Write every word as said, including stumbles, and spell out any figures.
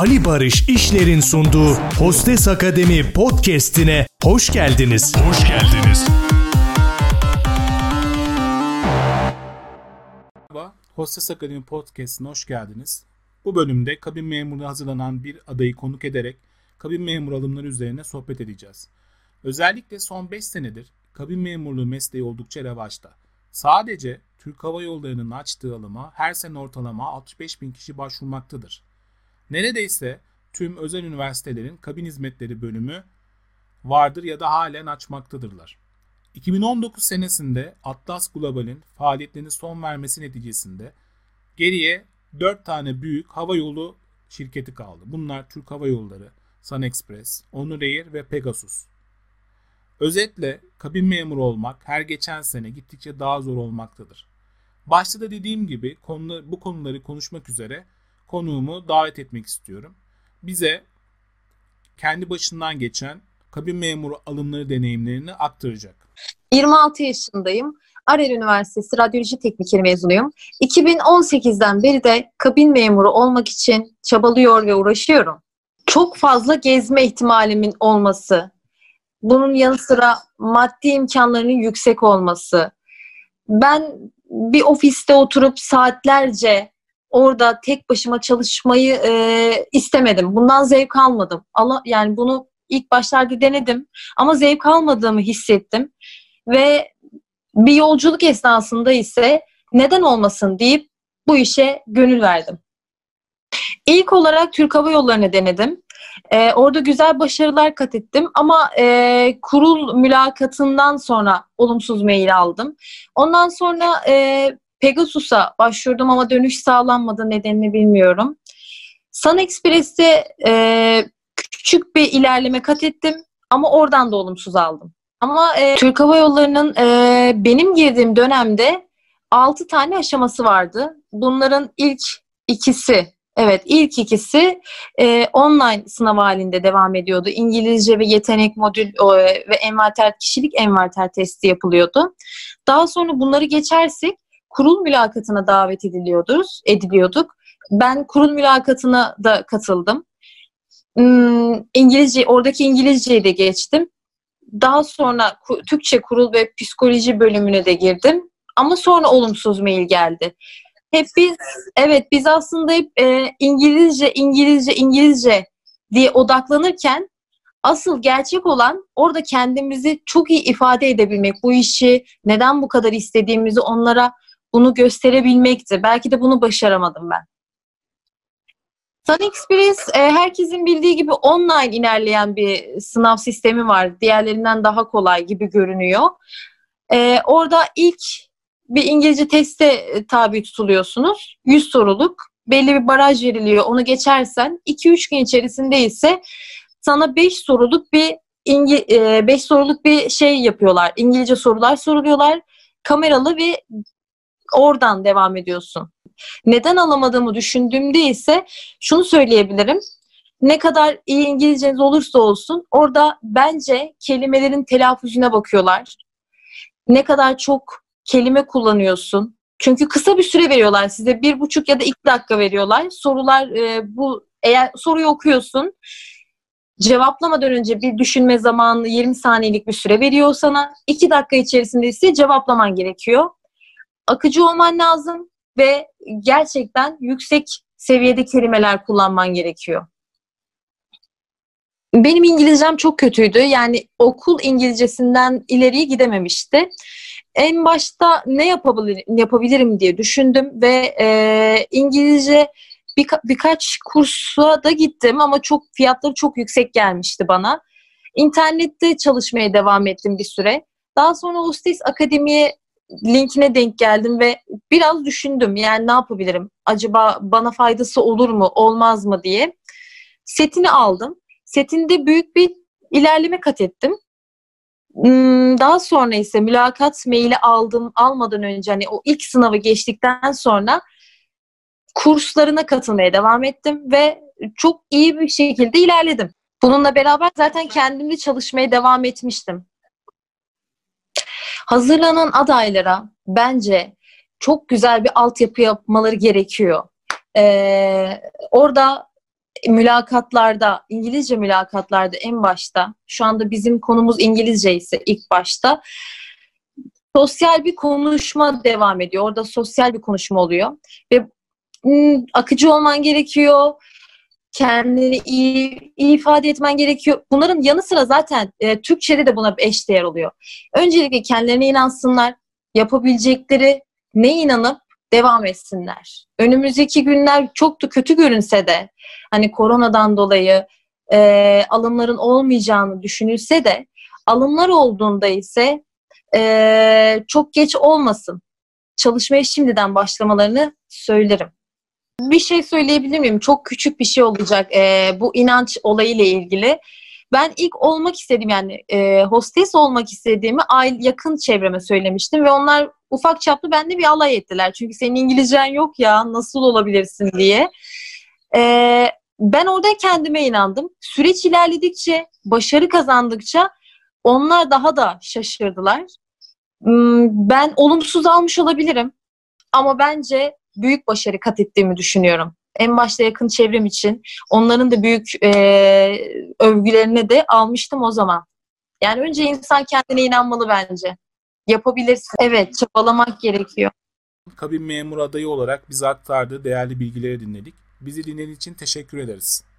Ali Barış İşler'in sunduğu Hostes Akademi podcast'ine hoş geldiniz. Hoş geldiniz. Merhaba, Hostes Akademi podcast'ine hoş geldiniz. Bu bölümde kabin memuruna hazırlanan bir adayı konuk ederek kabin memuru alımları üzerine sohbet edeceğiz. Özellikle son beş senedir kabin memurluğu mesleği oldukça revaçta. Sadece Türk Hava Yolları'nın açtığı alıma her sene ortalama altmış beş bin kişi başvurmaktadır. Neredeyse tüm özel üniversitelerin kabin hizmetleri bölümü vardır ya da halen açmaktadırlar. iki bin on dokuz senesinde Atlas Global'in faaliyetlerine son vermesi neticesinde geriye dört tane büyük hava yolu şirketi kaldı. Bunlar Türk Hava Yolları, Sun Express, Onur Air ve Pegasus. Özetle kabin memuru olmak her geçen sene gittikçe daha zor olmaktadır. Başta da dediğim gibi konu, bu konuları konuşmak üzere konuğumu davet etmek istiyorum. Bize kendi başından geçen kabin memuru alımları deneyimlerini aktaracak. yirmi altı yaşındayım. Arel Üniversitesi Radyoloji Teknikeri mezunuyum. iki bin on sekizden beri de kabin memuru olmak için çabalıyor ve uğraşıyorum. Çok fazla gezme ihtimalimin olması, bunun yanı sıra maddi imkanlarının yüksek olması, ben bir ofiste oturup saatlerce orada tek başıma çalışmayı e, istemedim. Bundan zevk almadım. Allah, yani bunu ilk başlarda denedim ama zevk almadığımı hissettim. Ve bir yolculuk esnasında ise neden olmasın deyip bu işe gönül verdim. İlk olarak Türk Hava Yolları'nı denedim. Ee, orada güzel başarılar kat ettim ama e, kurul mülakatından sonra olumsuz mail aldım. Ondan sonra e, Pegasus'a başvurdum ama dönüş sağlanmadı, nedenini bilmiyorum. Sun Express'te e, küçük bir ilerleme kat ettim ama oradan da olumsuz aldım. Ama e, Türk Hava Yolları'nın e, benim girdiğim dönemde altı tane aşaması vardı. Bunların ilk ikisi, evet ilk ikisi e, online sınav halinde devam ediyordu. İngilizce ve yetenek modül e, ve envanter, kişilik envanter testi yapılıyordu. Daha sonra bunları geçersek kurul mülakatına davet ediliyoruz, ediliyorduk. Ben kurul mülakatına da katıldım. Hmm, İngilizce, oradaki İngilizceyi de geçtim. Daha sonra Türkçe kurul ve psikoloji bölümüne de girdim. Ama sonra olumsuz mail geldi. Hep biz, evet biz aslında hep e, İngilizce, İngilizce, İngilizce diye odaklanırken asıl gerçek olan orada kendimizi çok iyi ifade edebilmek, bu işi neden bu kadar istediğimizi onlara bunu gösterebilmekti. Belki de bunu başaramadım ben. Sun Express e, herkesin bildiği gibi online ilerleyen bir sınav sistemi var. Diğerlerinden daha kolay gibi görünüyor. E, orada ilk bir İngilizce teste tabi tutuluyorsunuz. yüz soruluk belli bir baraj veriliyor. Onu geçersen iki üç gün içerisinde ise sana beş soruluk bir İngi- beş soruluk bir şey yapıyorlar. İngilizce sorular soruluyorlar. Kameralı ve oradan devam ediyorsun. Neden alamadığımı düşündüğümde ise şunu söyleyebilirim. Ne kadar iyi İngilizceniz olursa olsun orada bence kelimelerin telaffuzuna bakıyorlar. Ne kadar çok kelime kullanıyorsun. Çünkü kısa bir süre veriyorlar size. Bir buçuk ya da iki dakika veriyorlar. Sorular e, bu eğer soruyu okuyorsun, cevaplamadan önce bir düşünme zamanı yirmi saniyelik bir süre veriyor sana. iki dakika içerisinde ise cevaplaman gerekiyor. Akıcı olman lazım ve gerçekten yüksek seviyede kelimeler kullanman gerekiyor. Benim İngilizcem çok kötüydü. Yani okul İngilizcesinden ileriye gidememişti. En başta ne yapabilir, yapabilirim diye düşündüm ve e, İngilizce birka, birkaç kursa da gittim ama çok fiyatları çok yüksek gelmişti bana. İnternette çalışmaya devam ettim bir süre. Daha sonra Hostes Akademi'ye linkine denk geldim ve biraz düşündüm. Yani ne yapabilirim? Acaba bana faydası olur mu, olmaz mı diye. Setini aldım. Setinde büyük bir ilerleme kat ettim. Daha sonra ise mülakat maili aldım, almadan önce hani o ilk sınavı geçtikten sonra kurslarına katılmaya devam ettim ve çok iyi bir şekilde ilerledim. Bununla beraber zaten kendimde çalışmaya devam etmiştim. Hazırlanan adaylara bence çok güzel bir altyapı yapmaları gerekiyor. Ee, orada mülakatlarda, İngilizce mülakatlarda en başta, şu anda bizim konumuz İngilizce ise ilk başta sosyal bir konuşma devam ediyor. Orada sosyal bir konuşma oluyor ve ım, akıcı olman gerekiyor. Kendini iyi, iyi ifade etmen gerekiyor. Bunların yanı sıra zaten e, Türkçe'de de buna eşdeğer oluyor. Öncelikle kendilerine inansınlar, yapabilecekleri ne inanıp devam etsinler. Önümüzdeki günler çok da kötü görünse de, hani koronadan dolayı e, alımların olmayacağını düşünülse de, alımlar olduğunda ise e, çok geç olmasın. Çalışmaya şimdiden başlamalarını söylerim. Bir şey söyleyebilir miyim? Çok küçük bir şey olacak e, bu inanç olayıyla ilgili. Ben ilk olmak istediğim, yani e, hostes olmak istediğimi aile, yakın çevreme söylemiştim ve onlar ufak çaplı bende bir alay ettiler. Çünkü senin İngilizcen yok ya, nasıl olabilirsin diye. E, ben orada kendime inandım. Süreç ilerledikçe, başarı kazandıkça onlar daha da şaşırdılar. Ben olumsuz almış olabilirim ama bence büyük başarı kat ettiğimi düşünüyorum. En başta yakın çevrem için onların da büyük e, övgülerini de almıştım o zaman. Yani önce insan kendine inanmalı bence. Yapabilirsin. Evet, çabalamak gerekiyor. Kabin memuru adayı olarak bize aktardığı değerli bilgileri dinledik. Bizi dinlediğiniz için teşekkür ederiz.